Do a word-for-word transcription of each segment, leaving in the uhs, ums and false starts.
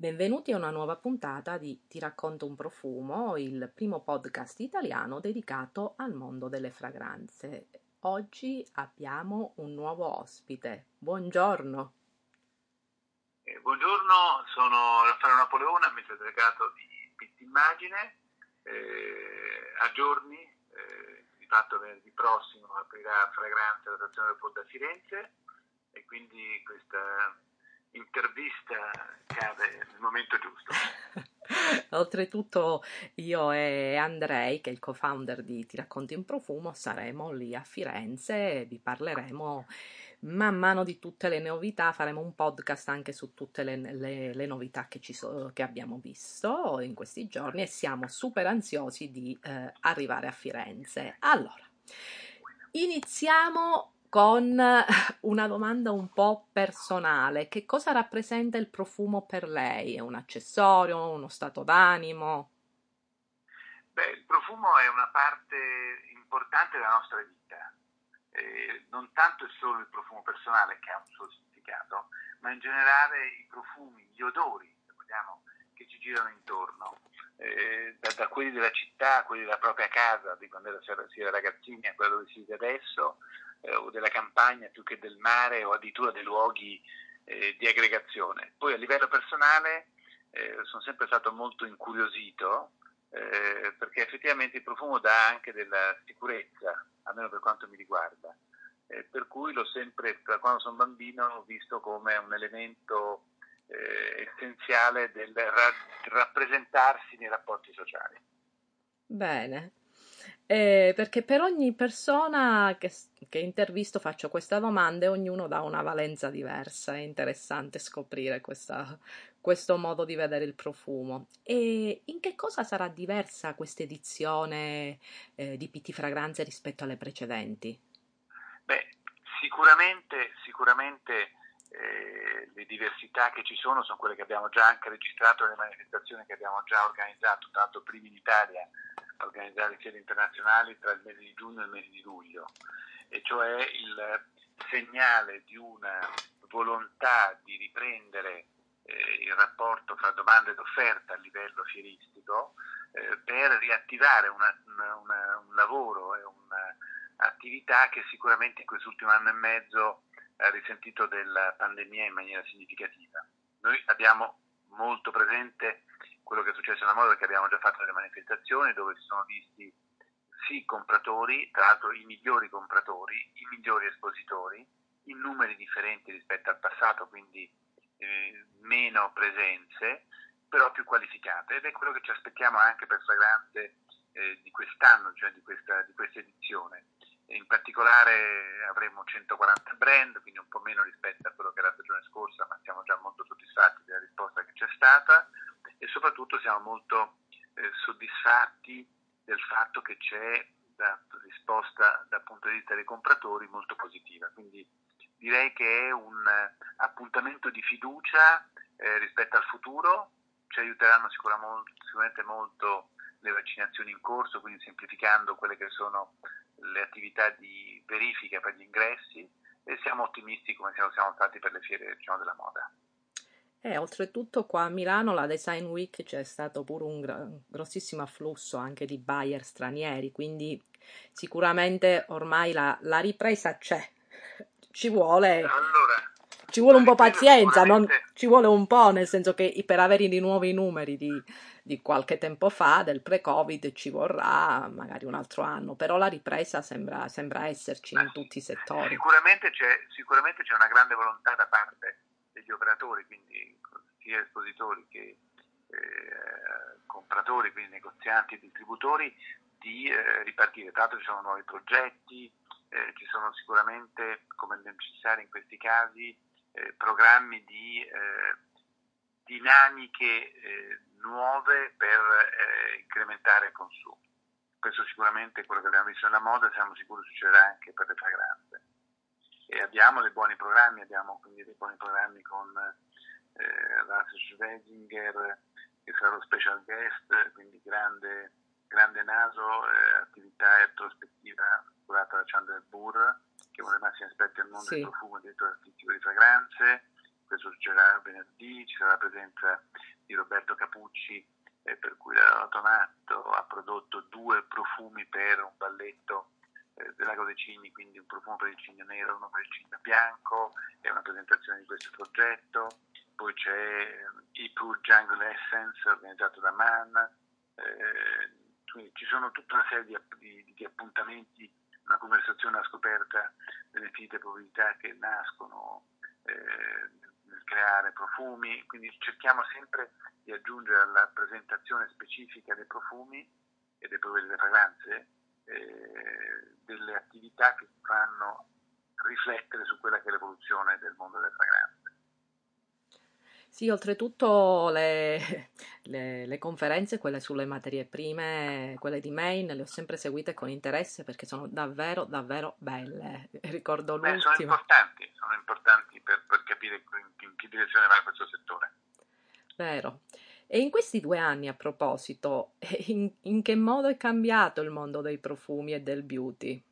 Benvenuti a una nuova puntata di Ti racconto un profumo, il primo podcast italiano dedicato al mondo delle fragranze. Oggi abbiamo un nuovo ospite. Buongiorno. Eh, buongiorno, sono Raffaele Napoleone, amministratore delegato di Pitt Immagine. Eh, a giorni, eh, di fatto venerdì prossimo aprirà Fragranze la stazione del Pod a Firenze e quindi questa intervista cade nel momento giusto. Oltretutto io e Andrei, che è il co-founder di Ti racconti un profumo, saremo lì a Firenze e vi parleremo man mano di tutte le novità, faremo un podcast anche su tutte le, le- le novità che, ci so- che abbiamo visto in questi giorni e siamo super ansiosi di eh, arrivare a Firenze. Allora, iniziamo con una domanda un po' personale. Che cosa rappresenta il profumo per lei? È un accessorio, uno stato d'animo? Beh, il profumo è una parte importante della nostra vita. Eh, non tanto è solo il profumo personale che ha un suo significato, ma in generale i profumi, gli odori, se vogliamo, che ci girano intorno, eh, da, da quelli della città a quelli della propria casa, di quando era, si era ragazzini a quello dove si vive adesso, eh, o della campagna più che del mare o addirittura dei luoghi eh, di aggregazione. Poi a livello personale eh, sono sempre stato molto incuriosito eh, perché effettivamente il profumo dà anche della sicurezza, almeno per quanto mi riguarda, eh, per cui l'ho sempre, da quando sono bambino, visto come un elemento eh, essenziale del ra- rappresentarsi nei rapporti sociali. Bene. Eh, perché per ogni persona che, che intervisto faccio questa domanda e ognuno dà una valenza diversa. È interessante scoprire questa- questo modo di vedere il profumo. E in che cosa sarà diversa questa edizione eh, di Pitti Fragranze rispetto alle precedenti? Beh, sicuramente, sicuramente eh, le diversità che ci sono sono quelle che abbiamo già anche registrato nelle manifestazioni che abbiamo già organizzato, tanto primi in Italia a organizzare fiere internazionali tra il mese di giugno e il mese di luglio, e cioè il segnale di una volontà di riprendere eh, il rapporto fra domanda ed offerta a livello fieristico eh, per riattivare una, una, una, un lavoro e una attività che sicuramente in quest'ultimo anno e mezzo ha risentito della pandemia in maniera significativa. Noi abbiamo molto presente quello che è successo nella moda perché abbiamo già fatto delle manifestazioni dove si sono visti sì compratori, tra l'altro i migliori compratori, i migliori espositori, in numeri differenti rispetto al passato, quindi eh, meno presenze, però più qualificate, ed è quello che ci aspettiamo anche per Fragranze eh, di quest'anno, cioè di questa, di questa edizione. In particolare avremo centoquaranta brand, quindi un po' meno rispetto a quello che era la stagione scorsa, ma siamo già molto soddisfatti della risposta che c'è stata e soprattutto siamo molto eh, soddisfatti del fatto che c'è da risposta dal punto di vista dei compratori molto positiva. Quindi direi che è un appuntamento di fiducia eh, rispetto al futuro, ci aiuteranno sicuramente molto le vaccinazioni in corso, quindi semplificando quelle che sono le attività di verifica per gli ingressi, e siamo ottimisti come siamo, siamo stati per le fiere, diciamo, della moda. E oltretutto qua a Milano la Design Week c'è stato pure un gra- grossissimo afflusso anche di buyer stranieri, quindi sicuramente ormai la, la ripresa c'è. Ci vuole, Allora, ci vuole la un po' ripresa pazienza, non, sicuramente... ci vuole un po', nel senso che per avere i nuovi numeri di, di qualche tempo fa, del pre-Covid, ci vorrà magari un altro anno, però la ripresa sembra, sembra esserci in tutti i settori. Sicuramente c'è, sicuramente c'è una grande volontà da parte degli operatori, quindi sia espositori che eh, compratori, quindi negozianti e distributori, di eh, ripartire. Tra l'altro ci sono nuovi progetti, eh, ci sono sicuramente, come è necessario in questi casi, eh, programmi di eh, dinamiche eh, nuove per eh, incrementare il consumo. Questo sicuramente è quello che abbiamo visto nella moda e siamo sicuri succederà anche per le fragranze. E abbiamo dei buoni programmi, abbiamo quindi dei buoni programmi con eh, Lars Schwesinger, che sarà lo special guest, quindi grande, grande naso, eh, attività retrospettiva curata da Chandler Burr, che è uno dei massimi esperti al mondo Sì. del profumo e direttore artistico di fragranze, questo succederà venerdì, ci sarà la presenza di Roberto Capucci, eh, per cui l'Automatto ha prodotto due profumi per un balletto eh, del Lago dei Cigni, quindi un profumo per il cigno nero e uno per il cigno bianco, è una presentazione di questo progetto. Poi c'è eh, il Pure Jungle Essence organizzato da Man, eh, quindi ci sono tutta una serie di, di, di appuntamenti, una conversazione a scoperta delle infinite probabilità che nascono eh, nel creare profumi, quindi cerchiamo sempre di aggiungere alla presentazione specifica dei profumi e dei prodotti delle fragranze eh, delle attività che fanno riflettere su quella che è l'evoluzione del mondo delle fragranze. Sì, oltretutto le, le- le conferenze, quelle sulle materie prime, quelle di Maine, le ho sempre seguite con interesse perché sono davvero, davvero belle. Ricordo Beh, sono l'ultima. importanti, sono importanti per, per capire in, in che direzione va questo settore. Vero. E in questi due anni, a proposito, in, in che modo è cambiato il mondo dei profumi e del beauty?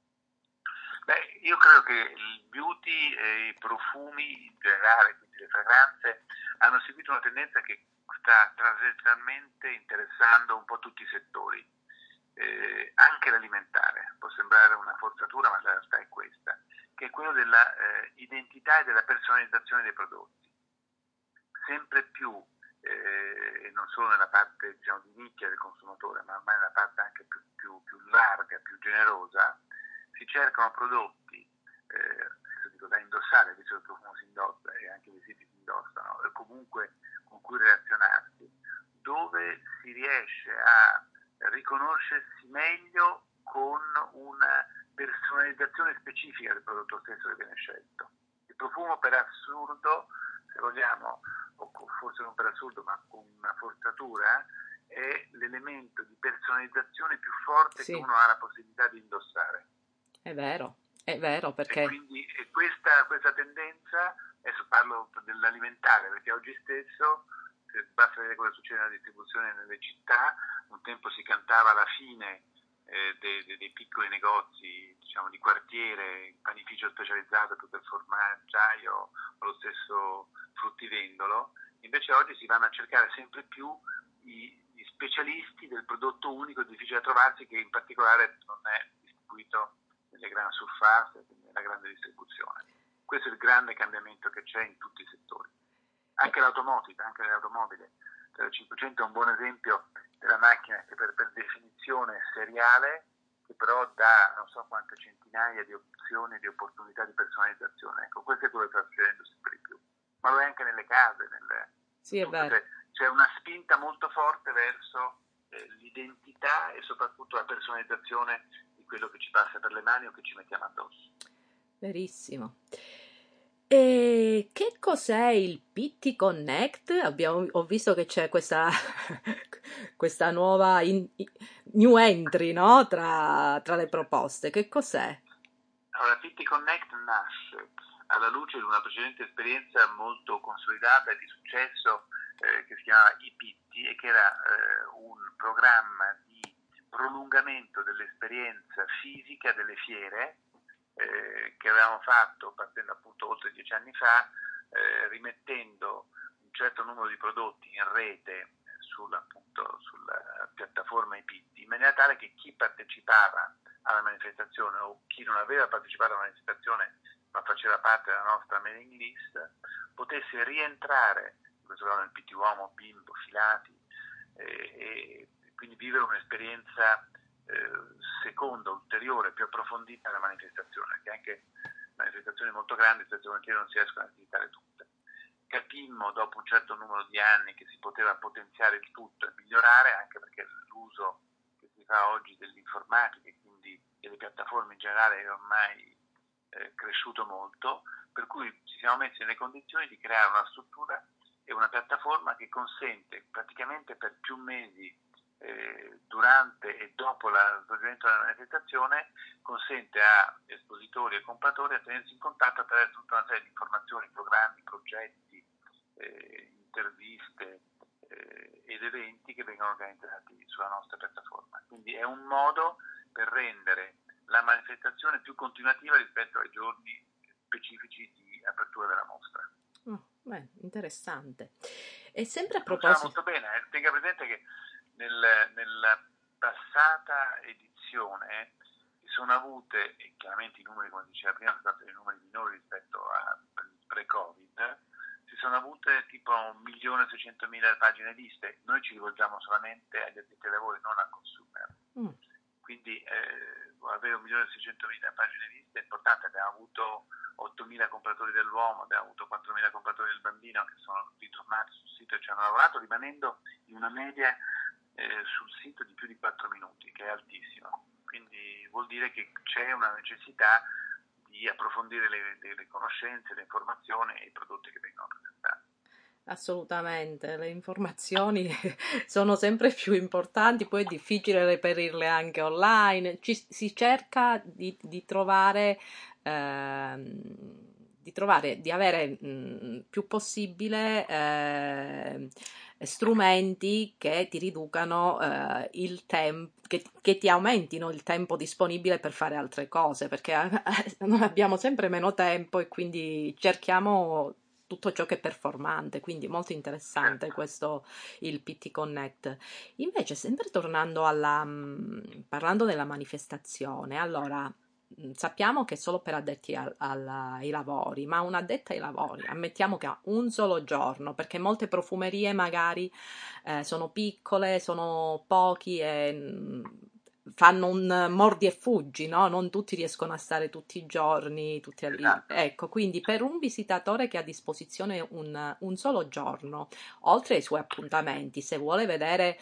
Beh, io credo che il beauty e i profumi in generale, quindi le fragranze, hanno seguito una tendenza che sta trasversalmente interessando un po' tutti i settori, eh, anche l'alimentare. Può sembrare una forzatura, ma la realtà è questa, che è quello della eh, identità e della personalizzazione dei prodotti. Sempre più, eh, e non solo nella parte diciamo, di nicchia del consumatore, ma ormai nella parte anche più, più, più larga, più generosa, si cercano prodotti, eh, dico, da indossare, visto che il profumo si indossa e anche i vestiti si indossano, e comunque con cui relazionarsi, dove si riesce a riconoscersi meglio con una personalizzazione specifica del prodotto stesso che viene scelto. Il profumo per assurdo, se vogliamo, o forse non per assurdo, ma con una forzatura, è l'elemento di personalizzazione più forte Sì, che uno ha la possibilità di indossare. è vero, è vero E perché quindi e questa, questa tendenza, adesso parlo dell'alimentare, perché oggi stesso, se basta vedere cosa succede nella distribuzione nelle città, un tempo si cantava la fine eh, dei, dei, dei piccoli negozi, diciamo, di quartiere, il panificio specializzato, tutto il formaggiaio o lo stesso fruttivendolo, invece oggi si vanno a cercare sempre più i, gli specialisti del prodotto unico difficile da trovarsi, che in particolare non è distribuito nelle grandi surface, quindi nella grande distribuzione. Questo è il grande cambiamento che c'è in tutti i settori. Anche l'automotive, anche l'automobile. La cinquecento è un buon esempio della macchina che per, per definizione è seriale, che però dà non so quante centinaia di opzioni, di opportunità di personalizzazione. Ecco, questo è quello che sta succedendo sempre di più. Ma lo è anche nelle case, nelle, sì, è tutto. vero. C'è, c'è una spinta molto forte verso eh, l'identità e soprattutto la personalizzazione di quello che ci passa per le mani o che ci mettiamo addosso. Verissimo. E che cos'è il P T Connect? Abbiamo- ho visto che c'è questa, questa nuova in- i- new entry, no? Tra, tra le proposte. Che cos'è? Allora, P T Connect nasce alla luce di una precedente esperienza molto consolidata e di successo eh, che si chiamava I P T e che era eh, un programma di prolungamento dell'esperienza fisica delle fiere eh, che avevamo fatto partendo appunto oltre dieci anni fa, eh, rimettendo un certo numero di prodotti in rete sulla, appunto, sulla piattaforma I P T, in maniera tale che chi partecipava alla manifestazione o chi non aveva partecipato alla manifestazione ma faceva parte della nostra mailing list potesse rientrare, in questo caso nel P T Uomo, Bimbo, Filati, eh, e quindi vivere un'esperienza eh, seconda, ulteriore, più approfondita della manifestazione, che anche manifestazioni molto grandi spesso volentieri non si riescono a visitare tutte. Capimmo dopo un certo numero di anni che si poteva potenziare il tutto e migliorare, anche perché l'uso che si fa oggi dell'informatica e quindi delle piattaforme in generale è ormai eh, cresciuto molto, per cui ci siamo messi nelle condizioni di creare una struttura e una piattaforma che consente praticamente per più mesi eh, durante e dopo lo svolgimento della manifestazione, consente a espositori e compratori a tenersi in contatto attraverso tutta una serie di informazioni, programmi, progetti, eh, interviste eh, ed eventi che vengono organizzati sulla nostra piattaforma. Quindi è un modo per rendere la manifestazione più continuativa rispetto ai giorni specifici di apertura della mostra. Oh, Beh, interessante. E sempre a Funziona proposito... molto bene, eh. Tenga presente che nel, nella passata edizione si sono avute, e chiaramente i numeri, come diceva prima, sono stati dei numeri minori rispetto al pre-Covid, si sono avute tipo un milione e seicentomila pagine viste. Noi ci rivolgiamo solamente agli addetti ai lavori, non al consumer. Mm. Quindi eh, avere un milione e seicentomila pagine viste è importante. Abbiamo avuto ottomila compratori dell'uomo, abbiamo avuto quattromila compratori del bambino che sono ritornati sul sito e ci hanno lavorato, rimanendo in una media eh, sul sito di più di quattro minuti, che è altissimo. Quindi vuol dire che c'è una necessità di approfondire le, le, le conoscenze, le informazioni e i prodotti che vengono presentati. Assolutamente, le informazioni sono sempre più importanti, poi è difficile reperirle anche online. Ci, si cerca di, di trovare, ehm, di trovare, di avere mh, più possibile eh, strumenti che ti riducano eh, il tempo, che, che ti aumentino il tempo disponibile per fare altre cose, perché eh, noi abbiamo sempre meno tempo e quindi cerchiamo tutto ciò che è performante, quindi molto interessante questo il P T Connect. Invece, sempre tornando alla mh, parlando della manifestazione, allora mh, sappiamo che è solo per addetti al- al- ai lavori, ma un addetto ai lavori, ammettiamo che ha un solo giorno, perché molte profumerie magari eh, sono piccole, sono pochi e mh, fanno un mordi e fuggi, no? Non tutti riescono a stare tutti i giorni, tutti al- Esatto. ecco, quindi per un visitatore che ha a disposizione un, un solo giorno, oltre ai suoi appuntamenti, se vuole vedere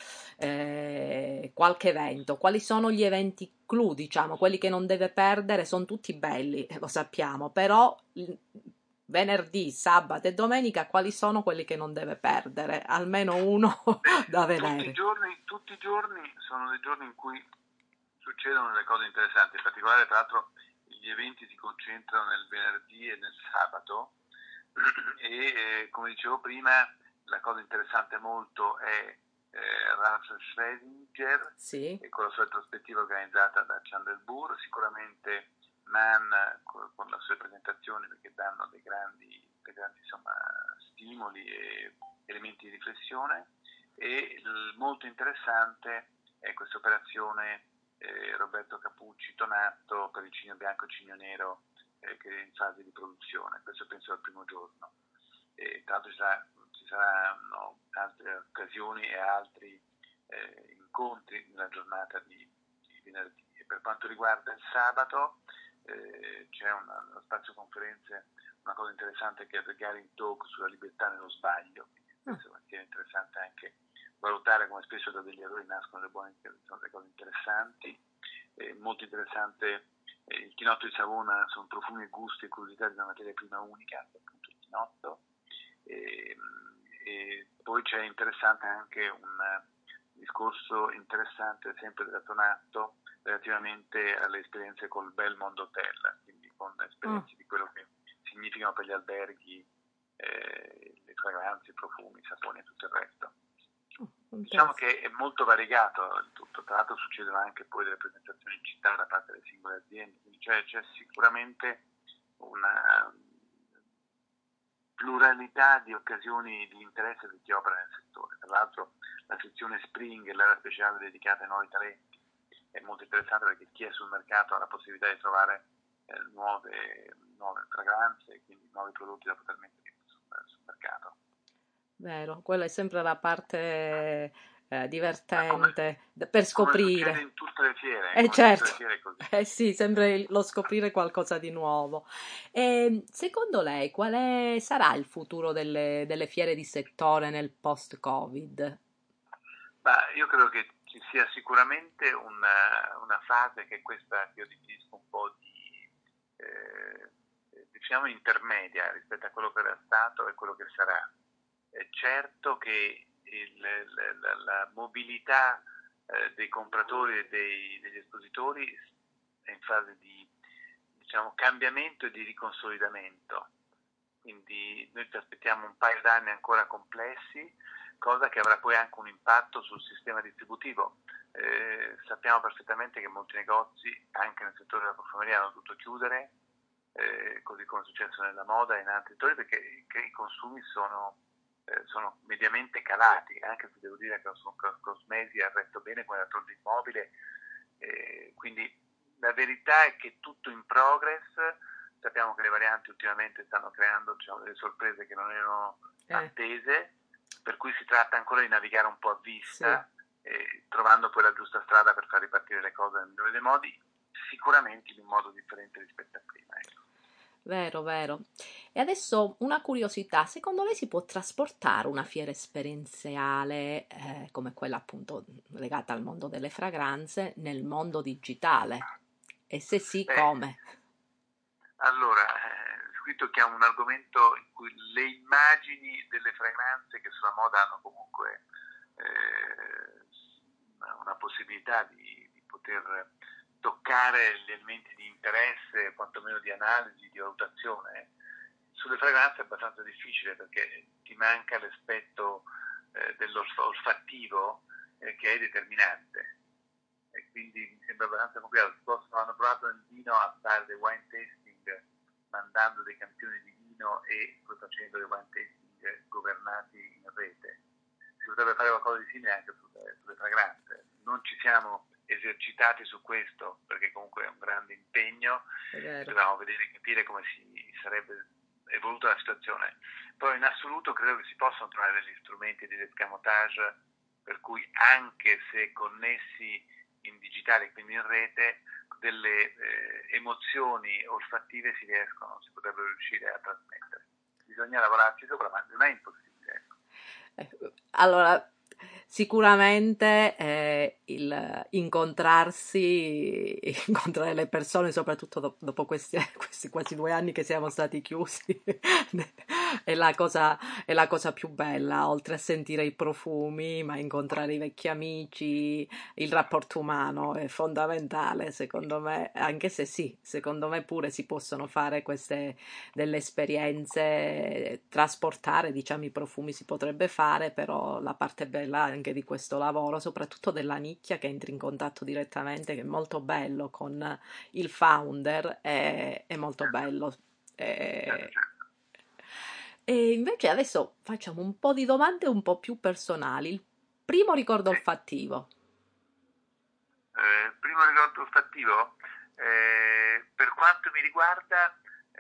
eh, qualche evento, quali sono gli eventi clou, diciamo, quelli che non deve perdere, sono tutti belli, lo sappiamo, però il- venerdì, sabato e domenica, quali sono quelli che non deve perdere? Almeno uno Beh, da tutti i vedere. giorni, tutti i giorni sono dei giorni in cui succedono delle cose interessanti, in particolare tra l'altro gli eventi si concentrano nel venerdì e nel sabato e eh, come dicevo prima la cosa interessante molto è eh, Ralph Schrödinger Sì. e con la sua prospettiva organizzata da Chandelbourg, sicuramente Mann con, con le sue presentazioni perché danno dei grandi, dei grandi insomma, stimoli e elementi di riflessione e il, molto interessante è questa operazione eh, Roberto Capucci Tonatto per il Cigno Bianco e Cigno Nero eh, che è in fase di produzione, questo penso al primo giorno. E, tra l'altro ci, sarà, ci saranno altre occasioni e altri eh, incontri nella giornata di, di venerdì. E per quanto riguarda il sabato eh, c'è una, uno spazio conferenze, una cosa interessante che è il Garing Talk sulla libertà nello sbaglio, quindi questo è interessante anche valutare come spesso da degli errori nascono le buone sono le cose interessanti. Eh, molto interessante eh, il chinotto di Savona sono profumi e gusti e curiosità di una materia prima unica, appunto il chinotto. E, e poi c'è interessante anche un discorso interessante sempre da Tonatto relativamente alle esperienze col Belmond Hotel, quindi con esperienze oh. di quello che significano per gli alberghi eh, le fragranze, i profumi, i saponi e tutto il resto. Diciamo che è molto variegato il tutto, tra l'altro succedono anche poi delle presentazioni in città da parte delle singole aziende, quindi c'è, c'è sicuramente una pluralità di occasioni di interesse di chi opera nel settore. Tra l'altro la sezione Spring, l'area speciale dedicata ai nuovi talenti, è molto interessante perché chi è sul mercato ha la possibilità di trovare eh, nuove, nuove fragranze e quindi nuovi prodotti da poter mettere sul, sul mercato. Vero, quella è sempre la parte eh, divertente come, per scoprire. Come succede in tutte le fiere. Eh come certo, tutte le fiere è così. Eh sì, sempre lo scoprire qualcosa di nuovo. E, secondo lei, qual è, sarà il futuro delle, delle fiere di settore nel post-Covid? Ma io credo che ci sia sicuramente una, una fase che è questa che io definisco un po' di eh, diciamo intermedia rispetto a quello che era stato e quello che sarà. È certo che il, la, la mobilità eh, dei compratori e dei, degli espositori è in fase di diciamo, cambiamento e di riconsolidamento, quindi noi ci aspettiamo un paio d'anni ancora complessi, cosa che avrà poi anche un impatto sul sistema distributivo. Eh, sappiamo perfettamente che molti negozi, anche nel settore della profumeria, hanno dovuto chiudere eh, così come è successo nella moda e in altri settori, perché che i consumi sono, eh, sono mediamente calati, anche se devo dire che sono cosmesi ha retto bene come l'altro immobile, eh, quindi la verità è che tutto in progress. Sappiamo che le varianti ultimamente stanno creando, diciamo, delle sorprese che non erano Eh, attese, per cui si tratta ancora di navigare un po' a sì, vista, eh, trovando poi la giusta strada per far ripartire le cose nel migliore dei modi, sicuramente in un modo differente rispetto a prima. Ecco. vero, vero. E adesso una curiosità, secondo lei si può trasportare una fiera esperienziale, eh, come quella appunto legata al mondo delle fragranze, nel mondo digitale? E se sì, Beh, come? allora, eh, qui tocchiamo un argomento in cui le immagini delle fragranze che sulla moda hanno comunque eh, una, una possibilità di, di poter toccare gli elementi di interesse, quantomeno di analisi, di valutazione. Sulle fragranze è abbastanza difficile perché ti manca l'aspetto eh, dell'olfattivo eh, che è determinante. E quindi mi sembra abbastanza complicato. Possono, hanno provato nel vino a fare dei wine tasting mandando dei campioni di vino e poi facendo dei wine tasting governati in rete. Si potrebbe fare qualcosa di simile anche sulle, sulle fragranze. Non ci siamo esercitati su questo perché comunque è un grande impegno È e vero. dobbiamo vedere e capire come si sarebbe evoluta la situazione. Però in assoluto credo che si possano trovare degli strumenti di escamotage per cui anche se connessi in digitale, quindi in rete, delle eh, emozioni olfattive si riescono, si potrebbero riuscire a trasmettere. Bisogna lavorarci sopra, ma non è impossibile. Ecco. Eh, Allora, sicuramente eh, il incontrarsi, incontrare le persone, soprattutto do- dopo questi, questi quasi due anni che siamo stati chiusi, è la cosa, è la cosa più bella, oltre a sentire i profumi, ma incontrare i vecchi amici, il rapporto umano è fondamentale, secondo me, anche se sì, secondo me pure si possono fare queste delle esperienze, trasportare, diciamo, i profumi si potrebbe fare, però la parte bella anche di questo lavoro, soprattutto della nicchia che entri in contatto direttamente, che è molto bello con il founder, è, è molto Certo, bello. certo, E, certo. e invece adesso facciamo un po' di domande un po' più personali. Il primo ricordo Sì. olfattivo. Eh, primo ricordo olfattivo, eh, per quanto mi riguarda,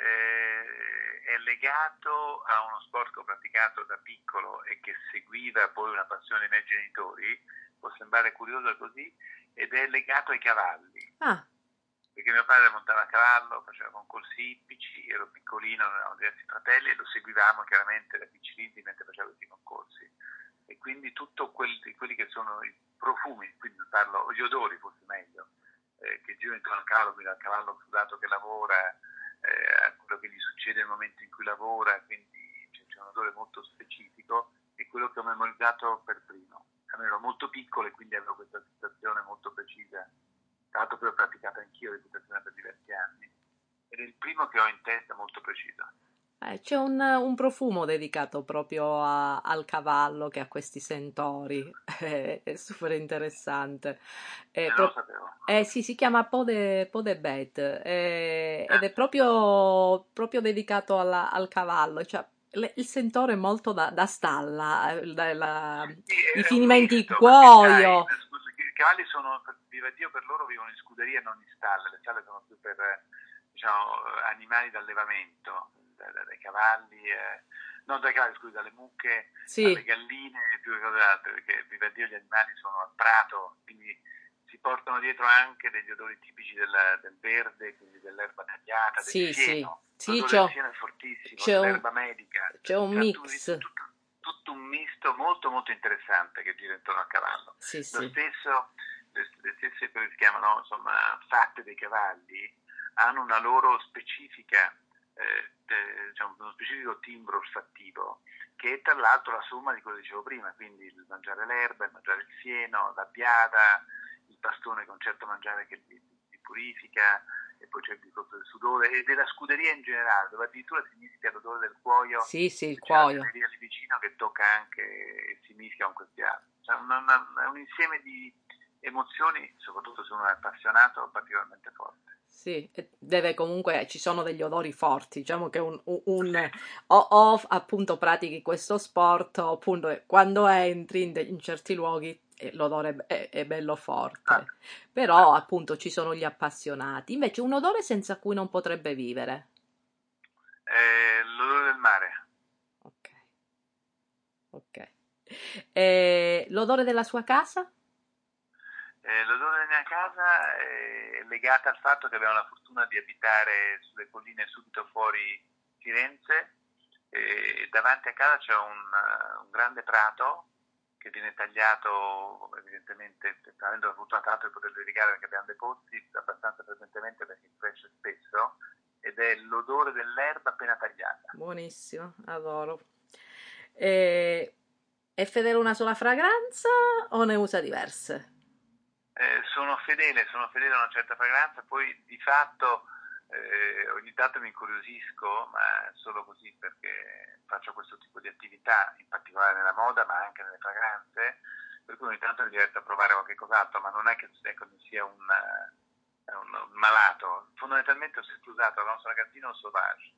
eh, è legato a uno sport che ho praticato da piccolo e che seguiva poi una passione dei miei genitori, può sembrare curioso così, ed è legato ai cavalli. Ah, Perché mio padre montava a cavallo, faceva concorsi ippici, ero piccolino, avevamo diversi fratelli e lo seguivamo chiaramente da piccini mentre faceva questi concorsi. E quindi tutto quel, quelli che sono i profumi, quindi parlo gli odori forse meglio, eh, che girano intorno al cavallo, quindi al cavallo sudato che lavora, eh, a quello che gli succede nel momento in cui lavora, quindi c'è, c'è un odore molto specifico, è quello che ho memorizzato per primo. Allora, ero molto piccolo e quindi avevo questa sensazione molto precisa. Tra l'altro poi ho praticato anch'io l'educazione per diversi anni ed è il primo che ho in testa molto preciso. eh, c'è un, un profumo dedicato proprio a- al cavallo che ha questi sentori, è, è super interessante. È E non lo pro- sapevo. eh, sì, si chiama Peau de, Peau de Bête, eh, ed Eh, è proprio, proprio dedicato alla- al cavallo, cioè, le- il sentore è molto da, da stalla, eh, la- la- sì, i è un finimenti in misto, perché sai, cuoio. scusa, i cavalli sono, viva Dio, per loro vivono in scuderia e non in stalle, le stalle sono più per diciamo, animali d'allevamento, dai, dai cavalli, eh, non dai cavalli, scusi, dalle mucche alle Sì, galline più che cose altre, perché viva Dio gli animali sono al prato, quindi si portano dietro anche degli odori tipici del, del verde, quindi dell'erba tagliata, del sì, sì, fieno. sì, L'odore del c'è fieno è fortissimo, c'è un, dell'erba medica, c'è un cioè tu, mix. tutto, tutto un misto molto molto interessante che gira intorno al cavallo. Sì, Lo sì. stesso, le, le stesse quello che si chiamano insomma fatte dei cavalli hanno una loro specifica, eh, de, diciamo, uno specifico timbro olfattivo che è tra l'altro la somma di quello che dicevo prima, quindi il mangiare l'erba, il mangiare il fieno, la biada, il pastone che è un certo mangiare che li, li purifica, e poi c'è il discorso del sudore e della scuderia in generale, dove addirittura si mischia l'odore del cuoio, Sì, sì, il se c'è la cuoio. segreteria lì vicino che tocca anche e si mischia con questi altri. Cioè una, una, è un insieme di emozioni, soprattutto se uno è appassionato, particolarmente forte. Sì, e deve comunque, ci sono degli odori forti, diciamo che un, un, un- o, o appunto pratichi questo sport, o appunto quando entri in, de- in certi luoghi eh, l'odore è, è bello forte, Esatto, però esatto. appunto ci sono gli appassionati. Invece un odore senza cui non potrebbe vivere. Eh, l'odore del mare. Ok, ok. E l'odore della sua casa? Eh, l'odore della mia casa è legata al fatto che abbiamo la fortuna di abitare sulle colline subito fuori Firenze e davanti a casa c'è un, uh, un grande prato che viene tagliato evidentemente avendo la fortuna tanto di poterlo irrigare perché abbiamo dei pozzi abbastanza frequentemente perché cresce spesso ed è l'odore dell'erba appena tagliata. Buonissimo, adoro. E... È fedele a una sola fragranza o ne usa diverse? Eh, sono fedele, sono fedele a una certa fragranza, poi di fatto eh, ogni tanto mi incuriosisco, ma solo così perché faccio questo tipo di attività, in particolare nella moda, ma anche nelle fragranze, per cui ogni tanto mi diverto a provare qualche cos'altro, ma non è che ecco, non sia un, un, un malato. Fondamentalmente ho sempre usato la nostra ragazzino Sauvage,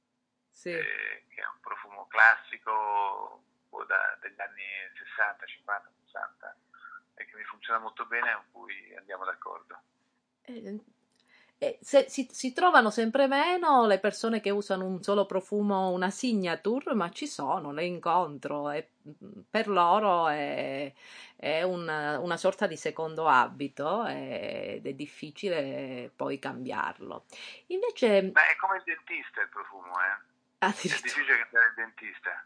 Sì. eh, che è un profumo classico da, degli anni sessanta, cinquanta, sessanta e che mi funziona molto bene e con cui andiamo d'accordo. Eh, eh, se- si, si trovano sempre meno le persone che usano un solo profumo, una signature, ma ci sono, le incontro e mm, per loro è, è una, una sorta di secondo abito ed è difficile poi cambiarlo. Invece, Ma è come il dentista il profumo, eh? È addirittura, difficile cambiare il dentista.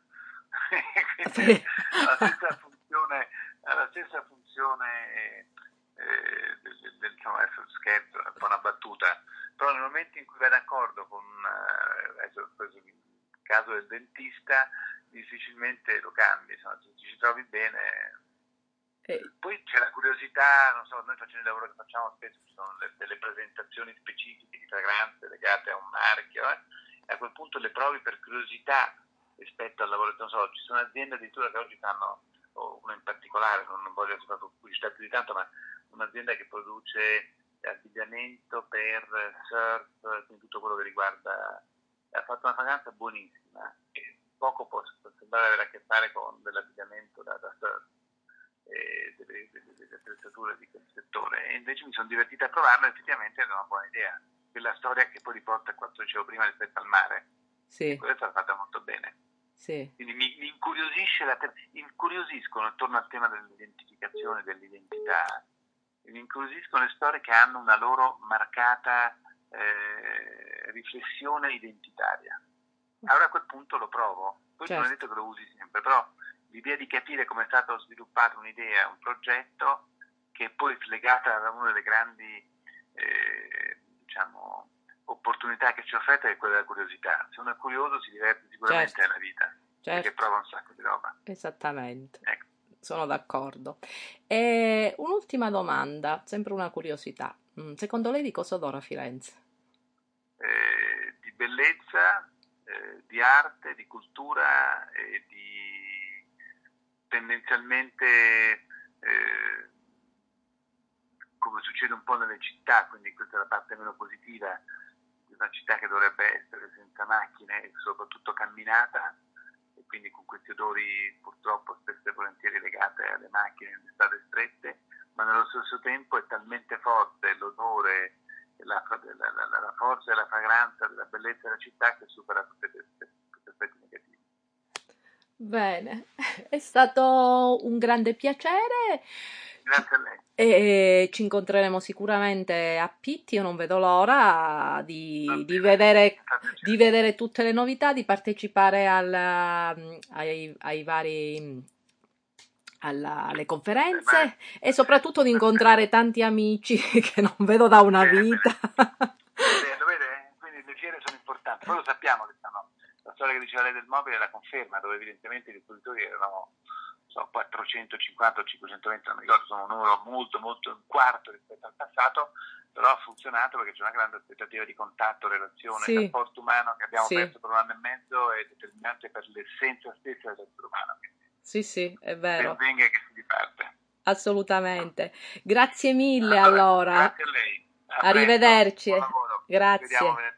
Quindi ha la stessa funzione, ha la stessa funzione eh, del, del, del, insomma, adesso scherzo, è un po' una battuta, però nel momento in cui vai d'accordo con eh, adesso, questo, il caso del dentista, difficilmente lo cambi, insomma, se ci trovi bene. eh, Poi c'è la curiosità, non so, noi facendo il lavoro che facciamo spesso ci sono le, delle presentazioni specifiche di fragranze legate a un marchio, eh? E a quel punto le provi per curiosità rispetto al lavoro, non so, ci sono aziende addirittura che oggi fanno, o una in particolare, non, non voglio fare pubblicità più di tanto, ma un'azienda che produce abbigliamento per surf, quindi tutto quello che riguarda, ha fatto una fragranza buonissima, che poco può sembrare avere a che fare con dell'abbigliamento da, da surf. E delle, delle, delle attrezzature di quel settore e invece mi sono divertita a provarlo e effettivamente era una buona idea quella storia che poi riporta a quanto dicevo prima rispetto al mare e sì, quella è stata fatta molto bene sì, quindi mi, mi incuriosisce la te- incuriosiscono attorno al tema dell'identificazione dell'identità e mi incuriosiscono le storie che hanno una loro marcata eh, riflessione identitaria allora a quel punto lo provo poi non è certo. detto che lo usi sempre però l'idea di capire come è stata sviluppata un'idea, un progetto che è poi legata a una delle grandi eh, diciamo, opportunità che ci è offerta è quella della curiosità. Se uno è curioso si diverte sicuramente Certo, nella vita perché certo, prova un sacco di roba. esattamente, Ecco. sono d'accordo. E un'ultima domanda, sempre una curiosità. Mm, Secondo lei di cosa odora Firenze? Eh, di bellezza, eh, di arte, di cultura e di tendenzialmente eh, come succede un po' nelle città, quindi questa è la parte meno positiva di una città che dovrebbe essere senza macchine e soprattutto camminata e quindi con questi odori purtroppo spesso e volentieri legate alle macchine nelle strade strette, ma nello stesso tempo è talmente forte l'odore, la, la, la, la forza e la fragranza della bellezza della città che supera tutti questi aspetti negativi. Bene, è stato un grande piacere. Ci, Grazie a lei. e ci incontreremo sicuramente a Pitti. Io non vedo l'ora Va di, di bene, vedere, mi fa di piacere. vedere tutte le novità, di partecipare alla- ai, ai vari, alla- alle Eh, ma, conferenze e sì, soprattutto di perfetto. incontrare tanti amici che non vedo da una Bene, vita. bene. Bene, lo vede? Quindi le fiere sono importanti. Poi lo sappiamo che stanno, la storia che diceva lei del mobile la conferma, dove evidentemente i espositori erano so, quattrocentocinquanta o cinquecentoventi, non mi ricordo, sono un numero molto, molto un quarto rispetto al passato, però ha funzionato perché c'è una grande aspettativa di contatto, relazione, Sì, rapporto umano che abbiamo sì, perso per un anno e mezzo è determinante per l'essenza stessa dell'essere umano. Quindi sì, sì, è ben vero, venga che si riparte. assolutamente. Grazie mille Allora, allora. grazie a lei. A presto, Arrivederci. buon lavoro. Ci vediamo Grazie. venerdì.